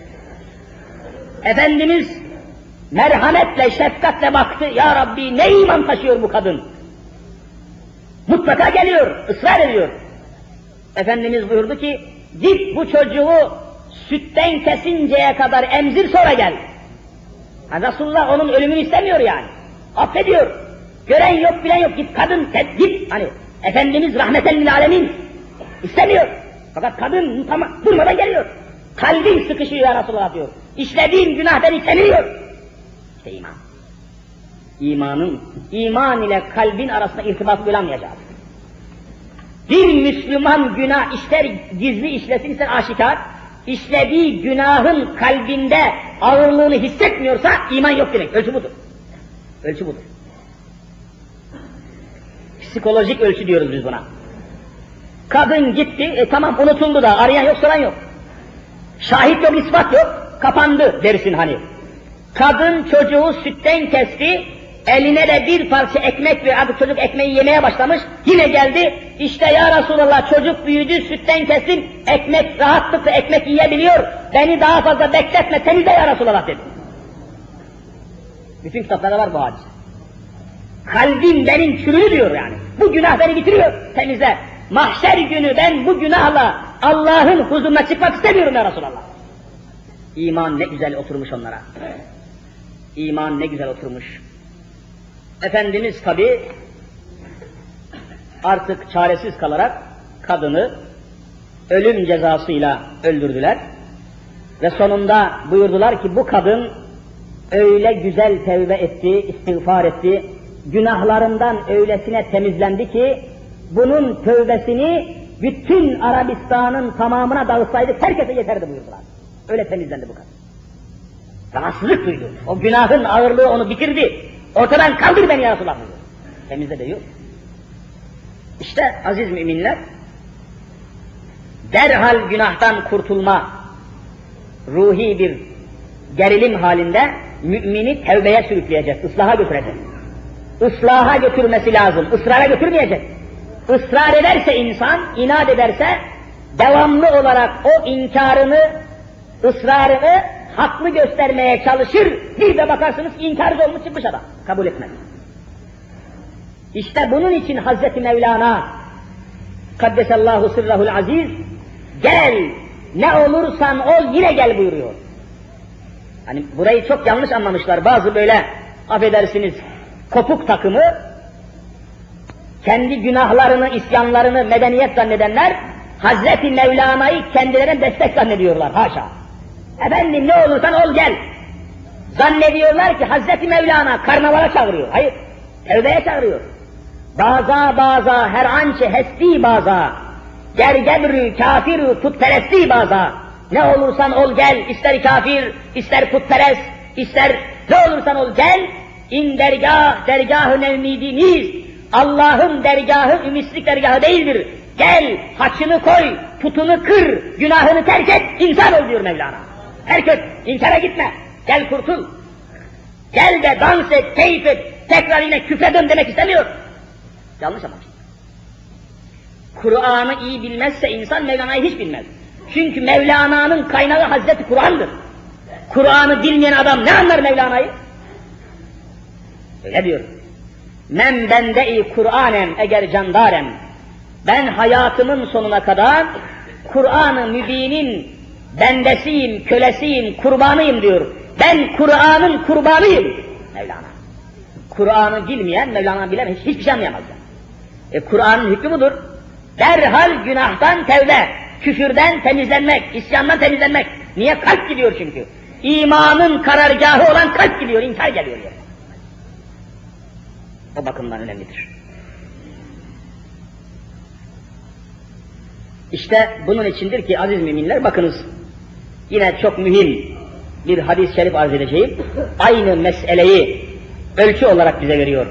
Efendimiz merhametle, şefkatle baktı. Ya Rabbi ne iman taşıyor bu kadın. Mutlaka geliyor, ısrar ediyor. Efendimiz buyurdu ki, git bu çocuğu sütten kesinceye kadar emzir sonra gel. Resulullah onun ölümünü istemiyor yani. Affediyor. Gören yok, bilen yok. Git kadın, git. Hani Efendimiz rahmeten lil alemin istemiyor. Fakat kadın durmadan geliyor. Kalbim sıkışıyor ya Resulullah diyor. İşlediğim günah beni kemiriyor. İşte iman. İman ile kalbin arasında irtibat bulamayacağız. Bir Müslüman günah ister gizli işlesin ister aşikar, işlediği günahın kalbinde ağırlığını hissetmiyorsa iman yok demek. Ölçü budur. Ölçü budur. Psikolojik ölçü diyoruz biz buna. Kadın gitti, tamam unutuldu da arayan yok, soran yok. Şahit yok, ispat yok, kapandı dersin hani. Kadın çocuğu sütten kesti, eline de bir parça ekmek ve artık çocuk ekmeği yemeye başlamış, yine geldi, işte ya Resulallah çocuk büyüdü, sütten kestim, ekmek rahatlıkla ekmek yiyebiliyor, beni daha fazla bekletme, temizle ya Resulallah dedi. Bütün kitaplarda var bu hadis. Kalbim benim çürüğü diyor yani, bu günah beni bitiriyor, temizle. Mahşer günü ben bu günahla Allah'ın huzuruna çıkmak istemiyorum ya Resulallah. İman ne güzel oturmuş onlara. İman ne güzel oturmuş. Efendimiz tabi artık çaresiz kalarak kadını ölüm cezasıyla öldürdüler. Ve sonunda buyurdular ki bu kadın öyle güzel tevbe etti, istiğfar etti, günahlarından öylesine temizlendi ki bunun tövbesini bütün Arabistan'ın tamamına dağıtsaydık herkese yeterdi buyurdular. Öyle temizlendi bu kadın. Rahatsızlık duydu. O günahın ağırlığı onu bitirdi. Ortadan kaldır beni ya Resulallah diyor. Temizle diyor. İşte aziz müminler, derhal günahtan kurtulma ruhi bir gerilim halinde mümini tevbeye sürükleyecek, ıslaha götürecek. Islaha götürmesi lazım, ısrara götürmeyecek. Israr ederse insan, inat ederse, devamlı olarak o inkarını, ısrarını haklı göstermeye çalışır, bir de bakarsınız inkarcı olmuş çıkmış adam, kabul etmez. İşte bunun için Hazreti Mevlana, Kaddesallahu sırrahul aziz, gel, ne olursan ol yine gel buyuruyor. Hani burayı çok yanlış anlamışlar, bazı böyle, affedersiniz, kopuk takımı, kendi günahlarını, isyanlarını medeniyet zannedenler, Hazreti Mevlana'yı kendilerine destek zannediyorlar, haşa. Efendim ne olursan ol gel. Zannediyorlar ki Hazreti Mevlana karnavala çağırıyor. Hayır, tevbeye çağırıyor. Baza her ançe hesti baza, gergebrü kafirü putperesti baza. Ne olursan ol gel, ister kafir, ister putperest, ister ne olursan ol gel. İn dergah-ı nevmidiniz. Allah'ın dergahı ümitsizlik dergahı değildir. Gel, haçını koy, putunu kır, günahını terk et, insan ol diyor Mevlana. Herkes inkara gitme, gel kurtul. Gel de dans et, keyif et, tekrar yine küfre dön demek istemiyor. Yanlış ama. Kur'an'ı iyi bilmezse insan Mevlana'yı hiç bilmez. Çünkü Mevlana'nın kaynağı Hazreti Kur'an'dır. Kur'an'ı bilmeyen adam ne anlar Mevlana'yı? Öyle diyor. Men bende-i Kur'anem eğer candarem. Ben hayatımın sonuna kadar Kur'an-ı Mübin'in bendesiyim, kölesiyim, kurbanıyım diyor. Ben Kur'an'ın kurbanıyım Mevlana. Kur'an'ı bilmeyen Mevlana bilemez, hiçbir şey anlayamaz. Kur'an'ın hükmü budur. Derhal günahtan tevbe, küfürden temizlenmek, isyandan temizlenmek. Niye? Kalp gidiyor çünkü. İmanın karargahı olan kalp gidiyor, inkar geliyor yani. O bakımdan önemlidir. İşte bunun içindir ki aziz müminler, bakınız yine çok mühim bir hadis-i şerif arz edeceğim. Aynı meseleyi ölçü olarak bize veriyor.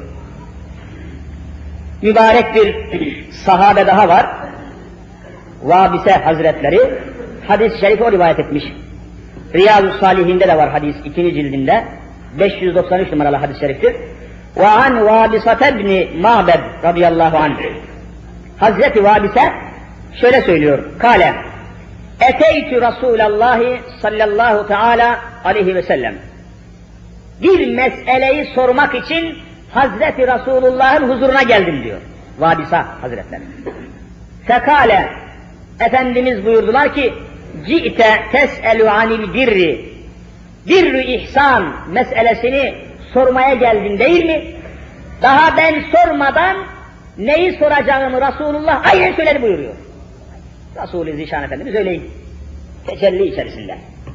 Mübarek bir sahabe daha var. Vabise Hazretleri hadis-i şerifi o rivayet etmiş. Riyâz-ı Sâlihîn'de de var hadis, 2. cildinde 593 numaralı hadis-i şeriftir. Ve an Vabisate ibn Ma'bed radıyallahu anh. Hazreti Vabise şöyle söylüyor. Kale Eteytü Rasûlallâhi sallallahu teâlâ aleyhi ve sellem. Bir meseleyi sormak için Hazreti Resulullah'ın huzuruna geldim diyor. Vabisa Hazretleri. Fekale Efendimiz buyurdular ki Ci'te tes'elü anil birri. Birrü ihsan meselesini sormaya geldin değil mi? Daha ben sormadan neyi soracağımı Resulullah aynen söyledi buyuruyor. Resul-i Zişan Efendimiz öyleyin. Tecelli içerisinde.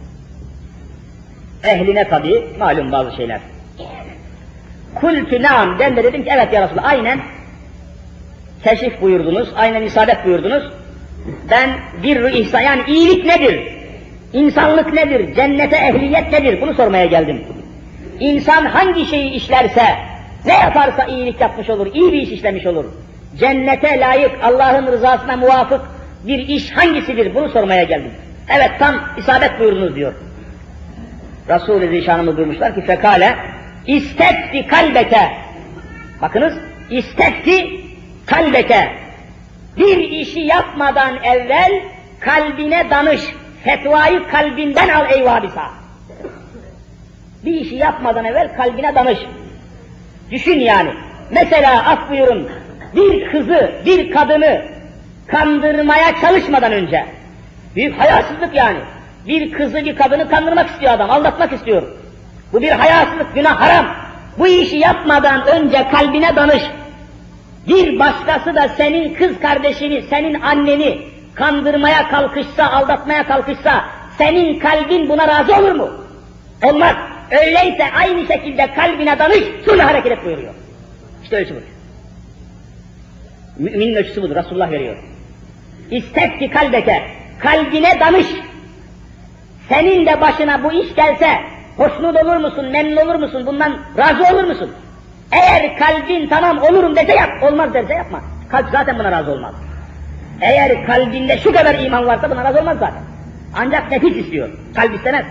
Ehline tabi malum bazı şeyler. Kultü naam, ben de dedim ki evet ya Resulallah, aynen teşrif buyurdunuz, aynen isabet buyurdunuz. Ben birrü ihsan, yani iyilik nedir? İnsanlık nedir? Cennete ehliyet nedir? Bunu sormaya geldim. İnsan hangi şeyi işlerse, ne yaparsa iyilik yapmış olur, iyi bir iş işlemiş olur. Cennete layık, Allah'ın rızasına muvafık bir iş hangisidir? Bunu sormaya geldim. Evet, tam isabet buyurdunuz diyor. Resul-i Zişan'ımız buyurmuşlar ki fekale İstefti kalbeke. Bakınız, istefti kalbeke. Bir işi yapmadan evvel kalbine danış. Fetvayı kalbinden al ey Vabisa. Bir işi yapmadan evvel kalbine danış. Düşün yani. Mesela af buyurun, bir kızı, bir kadını kandırmaya çalışmadan önce. Büyük hayasızlık yani. Bir kızı, bir kadını kandırmak istiyor adam, aldatmak istiyor. Bu bir hayasızlık, günah, haram. Bu işi yapmadan önce kalbine danış. Bir başkası da senin kız kardeşini, senin anneni kandırmaya kalkışsa, aldatmaya kalkışsa, senin kalbin buna razı olur mu? Olmaz. Öyleyse aynı şekilde kalbine danış, sonra hareket et buyuruyor. İşte ölçü budur. Müminin ölçüsü budur, Resulullah veriyor. İstekti kalbeke, kalbine danış. Senin de başına bu iş gelse, hoşnut olur musun, memnun olur musun, bundan razı olur musun? Eğer kalbin tamam olurum dese yap, olmaz derse yapma. Kalp zaten buna razı olmaz. Eğer kalbinde şu kadar iman varsa buna razı olmaz zaten. Ancak nefis istiyor, kalp istemez.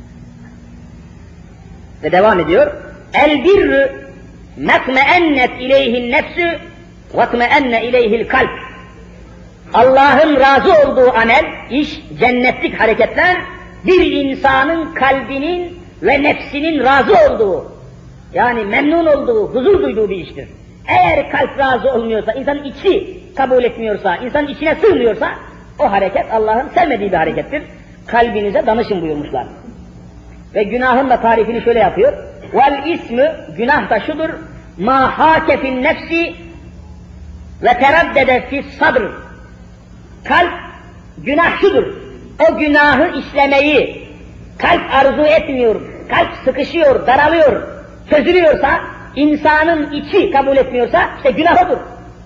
Ve devam ediyor. El birrü mekmeennet ileyhin nefsü ve kmeenne ileyhil kalp. Allah'ın razı olduğu amel, iş, cennetlik hareketler, bir insanın kalbinin ve nefsinin razı olduğu, yani memnun olduğu, huzur duyduğu bir iştir. Eğer kalp razı olmuyorsa, insanın içi kabul etmiyorsa, insanın içine sığmıyorsa, o hareket Allah'ın sevmediği bir harekettir. Kalbinize danışın buyurmuşlar. Ve günahın da tarifini şöyle yapıyor. Vel ismü, günah da şudur, ma hâke fin nefsi ve teraddede fis sadr. Kalp, günah şudur. O günahı işlemeyi kalp arzu etmiyor, kalp sıkışıyor, daralıyor, çözülüyorsa, insanın içi kabul etmiyorsa, işte günah odur.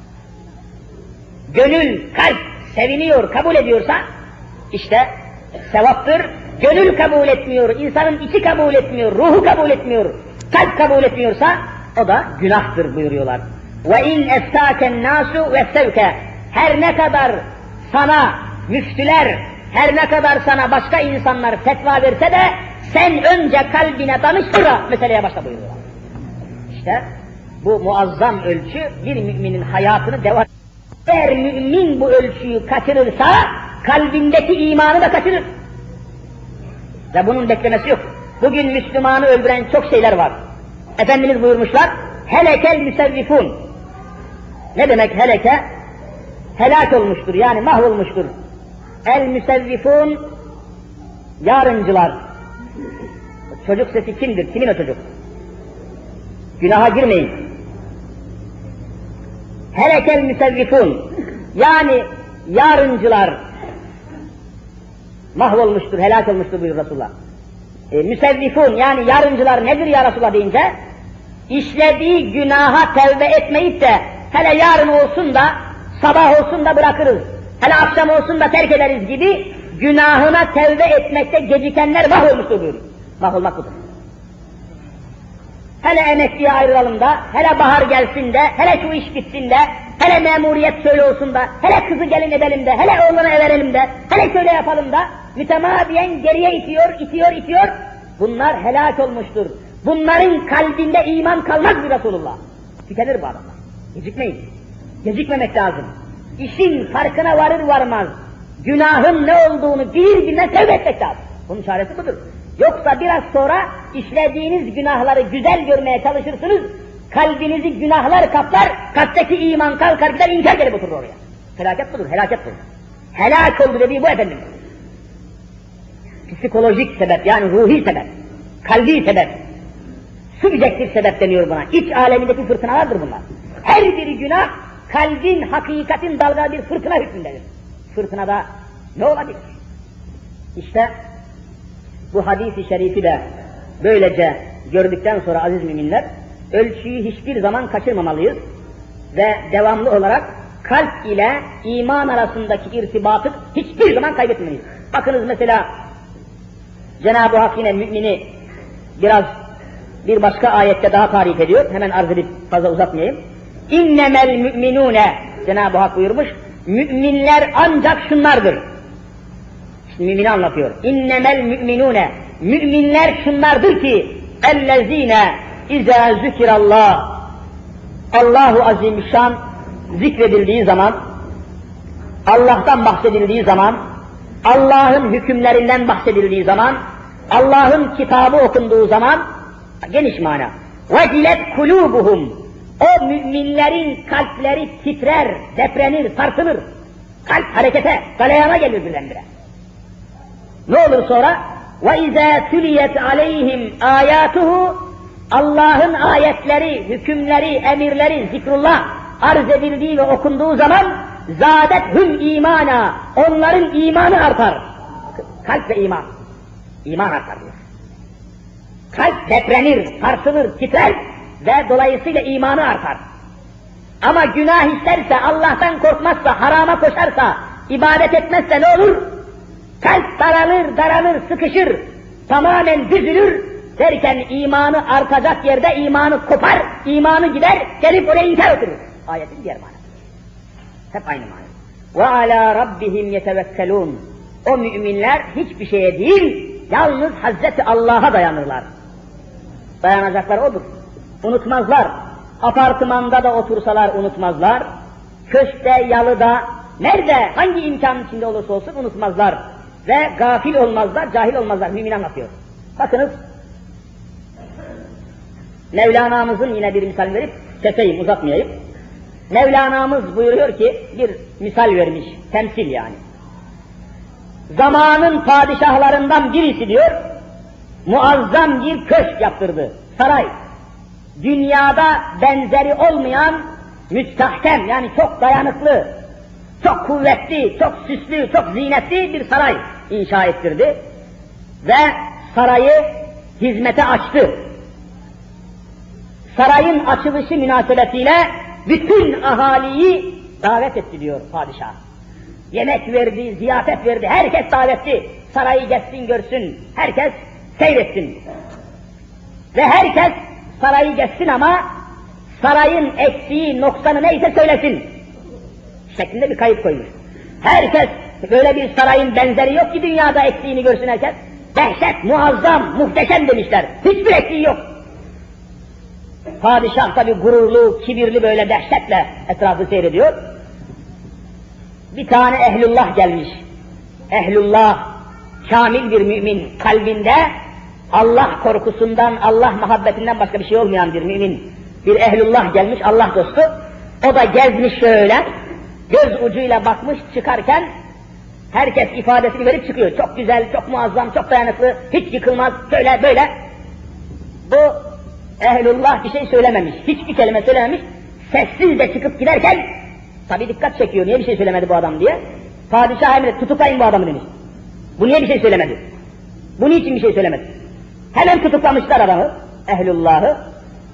Gönül, kalp seviniyor, kabul ediyorsa, işte sevaptır. Gönül kabul etmiyor, insanın içi kabul etmiyor, ruhu kabul etmiyor, kalp kabul etmiyorsa, o da günahtır buyuruyorlar. Ve in eftâken nâsu vefsevke. Her ne kadar sana müftüler, her ne kadar sana başka insanlar fetva verse de, sen önce kalbine danış, sonra meseleye başla buyuruyorlar. İşte bu muazzam ölçü bir müminin hayatını devam. Eğer mümin bu ölçüyü kaçırırsa, kalbindeki imanı da kaçırır. Ve bunun beklemesi yok. Bugün Müslümanı öldüren çok şeyler var. Efendimiz buyurmuşlar, helekel müsevvifun. Ne demek heleke? Helak olmuştur, yani mahvolmuştur. El müsevvifun, yarıncılar. Çocuk sesi kimdir? Kimin o çocuk? Günaha girmeyin. Helekel müsevvifun, yani yarıncılar mahvolmuştur, helak olmuştur buyuruyor Resulullah. Müsevvifun, yani yarıncılar nedir ya Resulullah deyince, işlediği günaha tevbe etmeyip de hele yarın olsun da, sabah olsun da bırakırız, hele akşam olsun da terk ederiz gibi günahına tevbe etmekte gecikenler mahvolmuştur buyuruyor. Mahvolmak budur. Hele emekliye ayrılalım da, hele bahar gelsin de, hele şu iş bitsin de, hele memuriyet şöyle olsun da, hele kızı gelin edelim de, hele oğluna verelim de, hele şöyle yapalım da, mütemadiyen geriye itiyor. Bunlar helak olmuştur. Bunların kalbinde iman kalmaz bir Resulullah. Tükenir bu adamlar. Gecikmeyin. Gecikmemek lazım. İşin farkına varır varmaz, günahın ne olduğunu birbirine tevbe etmek lazım. Bunun çaresi budur. Yoksa biraz sonra işlediğiniz günahları güzel görmeye çalışırsınız, kalbinizi günahlar kaplar, kalpteki iman kalkar gider, inkar gelip oturur oraya. Felaket budur, helaket budur. Helak oldu dediği bu efendim. Psikolojik sebep, yani ruhi sebep, kalbi sebep, subjektif sebep deniyor buna. İç alemindeki fırtınalardır bunlar. Her bir günah, kalbin, hakikatin dalga bir fırtına hükmündedir. Fırtınada ne olabilir? İşte bu hadis-i şerifi de böylece gördükten sonra aziz müminler, ölçüyü hiçbir zaman kaçırmamalıyız ve devamlı olarak kalp ile iman arasındaki irtibatı hiçbir zaman kaybetmemeliyiz. Bakınız mesela Cenab-ı Hak yine mümini biraz bir başka ayette daha tarif ediyor. Hemen arz edip fazla uzatmayayım. İnnemel müminune, Cenab-ı Hak buyurmuş, müminler ancak şunlardır. Şimdi mümini anlatıyor. İnnemel müminune, müminler şunlardır ki ellezine izâ zükirallah, Allahu Azimüşşan zikredildiği zaman, Allah'tan bahsedildiği zaman, Allah'ın hükümlerinden bahsedildiği zaman, Allah'ın kitabı okunduğu zaman, geniş mana, vecilet kulûbuhum, o müminlerin kalpleri titrer, deprenir, sarsılır. Kalp harekete, galeyana gelir birdenbire. Ne olur sonra? وَاِذَا تُلِيَتْ عَلَيْهِمْ آيَاتُهُ, Allah'ın ayetleri, hükümleri, emirleri, zikrullah arz edildiği ve okunduğu zaman زَادَتْهُمْ imana, onların imanı artar. Kalp ve iman. İman artar diyor. Kalp deprenir, sarsılır, titrer ve dolayısıyla imanı artar. Ama günah işlerse, Allah'tan korkmazsa, harama koşarsa, ibadet etmezse ne olur? Kalp daralır, sıkışır, tamamen düzülür derken imanı artacak yerde imanı kopar, imanı gider, gelip oraya inkar oturur. Ayetin diğer manası. Hep aynı mana. وَعَلَى رَبِّهِمْ يَتَوَكَّلُونَ, o müminler hiçbir şeye değil, yalnız Hazreti Allah'a dayanırlar. Dayanacaklar odur. Unutmazlar. Apartmanda da otursalar unutmazlar. Köşkte, yalıda, nerede, hangi imkanın içinde olursa olsun unutmazlar. Ve gafil olmazlar, cahil olmazlar. Mümin anlatıyor. Bakınız, Mevlana'mızın yine bir misal verip, keseyim, uzatmayayım. Mevlana'mız buyuruyor ki, bir misal vermiş, temsil yani. Zamanın padişahlarından birisi diyor, muazzam bir köşk yaptırdı, saray. Dünyada benzeri olmayan, müstahkem, yani çok dayanıklı, çok kuvvetli, çok süslü, çok zinetli bir saray inşa ettirdi. Ve sarayı hizmete açtı. Sarayın açılışı münasebetiyle bütün ahaliyi davet etti diyor padişah. Yemek verdi, ziyafet verdi, herkes davetli. Sarayı geçsin görsün, herkes seyretsin. Ve herkes sarayı geçsin ama sarayın eksiği, noksanı neyse söylesin şeklinde bir kayıt koymuş. Herkes, böyle bir sarayın benzeri yok ki dünyada, eksiğini görsün herkes. Dehşet, muazzam, muhteşem demişler. Hiçbir eksiği yok. Padişah tabi gururlu, kibirli böyle dehşetle etrafı seyrediyor. Bir tane ehlullah gelmiş. Ehlullah, kamil bir mümin, kalbinde Allah korkusundan, Allah muhabbetinden başka bir şey olmayan bir mümin. Bir ehlullah gelmiş, Allah dostu. O da gezmiş şöyle, göz ucuyla bakmış, çıkarken herkes ifadesini verip çıkıyor. Çok güzel, çok muazzam, çok dayanıklı, hiç yıkılmaz, şöyle böyle. Bu ehlullah bir şey söylememiş, hiçbir kelime söylememiş. Sessizce çıkıp giderken, tabi dikkat çekiyor, niye bir şey söylemedi bu adam diye. Padişah emret, tutuklayın bu adamı demiş. Bu niye bir şey söylemedi? Bu niçin bir şey söylemedi? Hemen tutuklamışlar adamı, ehlullahı.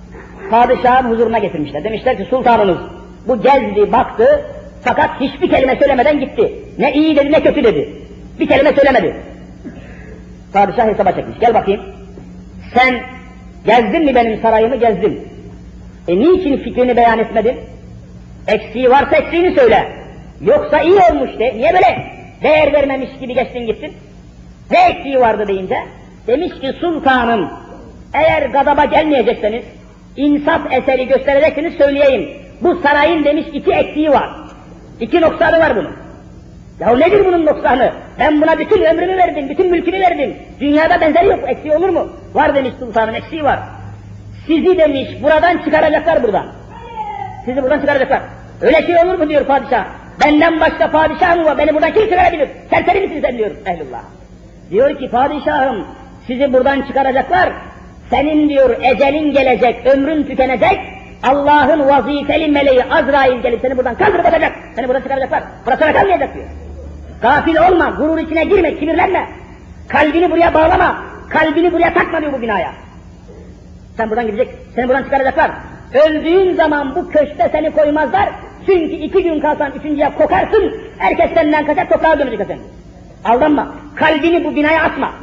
padişahın huzuruna getirmişler. Demişler ki sultanımız bu gezdi, baktı fakat hiçbir kelime söylemeden gitti. Ne iyi dedi ne kötü dedi. Bir kelime söylemedi. Padişah hesaba çekmiş. Gel bakayım. Sen gezdin mi benim sarayımı? Gezdim. Niçin fikrini beyan etmedin? Eksiği varsa eksiğini söyle. Yoksa iyi olmuş de. Niye böyle değer vermemiş gibi geçtin gittin? Ne eksiği vardı deyince? Demiş ki sultanım, eğer gadaba gelmeyecekseniz, insaf eseri gösterecekseniz söyleyeyim. Bu sarayın demiş 2 eksiği var. 2 noksanı var bunun. Ya nedir bunun noksanı? Ben buna bütün ömrümü verdim, bütün mülkümü verdim. Dünyada benzeri yok, eksiği olur mu? Var demiş sultanım, eksiği var. Sizi demiş buradan çıkaracaklar buradan. Sizi buradan çıkaracaklar. Öyle şey olur mu diyor padişah. Benden başka padişah mı var? Beni buradan kim çıkarabilir? Serseri misin sen diyor ehlullah. Diyor ki padişahım sizi buradan çıkaracaklar. Senin diyor ecelin gelecek, ömrün tükenecek. Allah'ın vazifeli meleği Azrail gelip seni buradan kaldırıp atacak. Seni buradan çıkaracaklar. Burası kalmayacak diyor. Gafil olma, gurur içine girme, kibirlenme. Kalbini buraya bağlama, kalbini buraya takma diyor bu binaya. Sen buradan gidecek, seni buradan çıkaracaklar. Öldüğün zaman bu köşkte seni koymazlar. Çünkü 2 gün kalsan 3.'ye kokarsın, herkes senden kaçar, toprağa dönecek sen. Aldanma, kalbini bu binaya atma.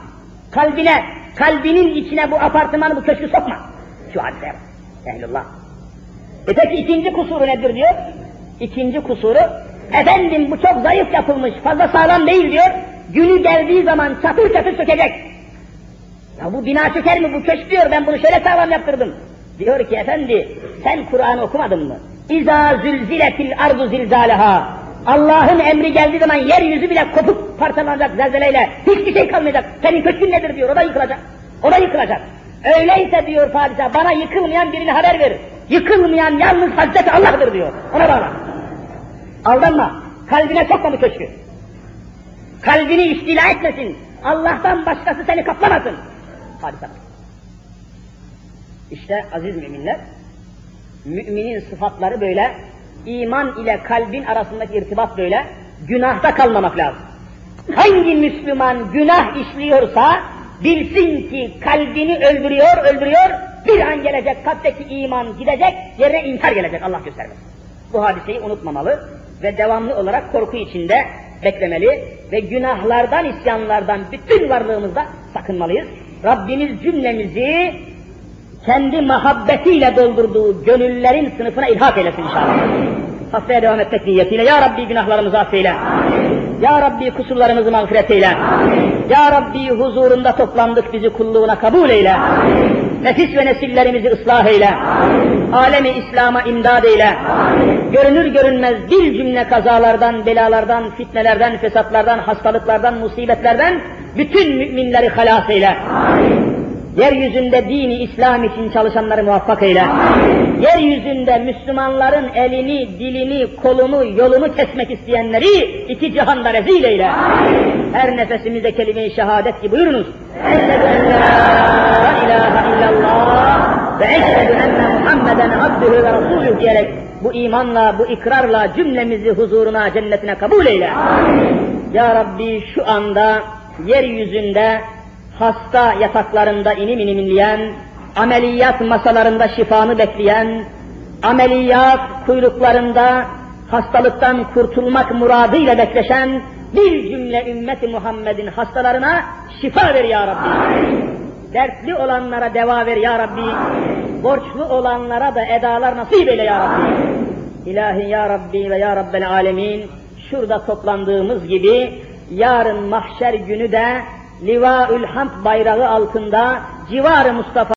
Kalbinin içine bu apartmanı, bu köşkü sokma. Şu hadise ehlullah. Peki 2. kusuru nedir diyor? 2. kusuru, efendim bu çok zayıf yapılmış, fazla sağlam değil diyor. Günü geldiği zaman çatır çatır sökecek. Ya bu bina çöker mi, bu köşk diyor, ben bunu şöyle sağlam yaptırdım. Diyor ki efendi, sen Kur'an'ı okumadın mı? İzâ zülziletil ardu zilzâleha. Allah'ın emri geldiği zaman yeryüzü bile kopup parçalanacak zelzeleyle. Hiçbir şey kalmayacak. Senin köşkün nedir diyor, o da yıkılacak. O da yıkılacak. Öyleyse diyor padişah, bana yıkılmayan birine haber ver. Yıkılmayan yalnız Hazreti Allah'tır diyor. Ona bağla. Aldanma. Kalbine sokma bu köşkü. Kalbini istila etmesin. Allah'tan başkası seni kaplamasın. Padişah. İşte aziz müminler, müminin sıfatları böyle, iman ile kalbin arasındaki irtibat böyle, günahta kalmamak lazım. Hangi Müslüman günah işliyorsa, bilsin ki kalbini öldürüyor, bir an gelecek, kalpteki iman gidecek, yerine inkar gelecek, Allah göstermesin. Bu hadiseyi unutmamalı ve devamlı olarak korku içinde beklemeli ve günahlardan, isyanlardan bütün varlığımızda sakınmalıyız. Rabbimiz cümlemizi kendi muhabbetiyle doldurduğu gönüllerin sınıfına ilhak eylesin inşallah. Haftaya devam etmek niyetiyle ya Rabbi günahlarımızı affeyle. Ya Rabbi kusurlarımızı mağfiret eyle. Ya Rabbi huzurunda toplandık, bizi kulluğuna kabul eyle. Nefis ve nesillerimizi ıslah eyle. Alemi İslam'a imdad eyle. Görünür görünmez bir cümle kazalardan, belalardan, fitnelerden, fesatlardan, hastalıklardan, musibetlerden bütün müminleri halas eyle. Yeryüzünde dini İslam için çalışanları muvaffak eyle. Yeryüzünde Müslümanların elini, dilini, kolunu, yolunu kesmek isteyenleri 2 cihanda rezil eyle. Her nefesimizde kelime-i şehadet ki buyurunuz. Eşhedü en la ilahe illallah ve eşhedü enne Muhammeden abdühü ve rasulüh diyerek bu imanla, bu ikrarla cümlemizi huzuruna, cennetine kabul eyle. Ya Rabbi şu anda yeryüzünde hasta yataklarında inim inim inleyen, ameliyat masalarında şifanı bekleyen, ameliyat kuyruklarında hastalıktan kurtulmak muradıyla bekleşen bir cümle ümmeti Muhammed'in hastalarına şifa ver ya Rabbi. Dertli olanlara deva ver ya Rabbi. Borçlu olanlara da edalar nasip eyle ya Rabbi. İlahi ya Rabbi ve ya Rabbel alemin, şurada toplandığımız gibi yarın mahşer günü de Livaül Hamd bayrağı altında civar-ı Mustafa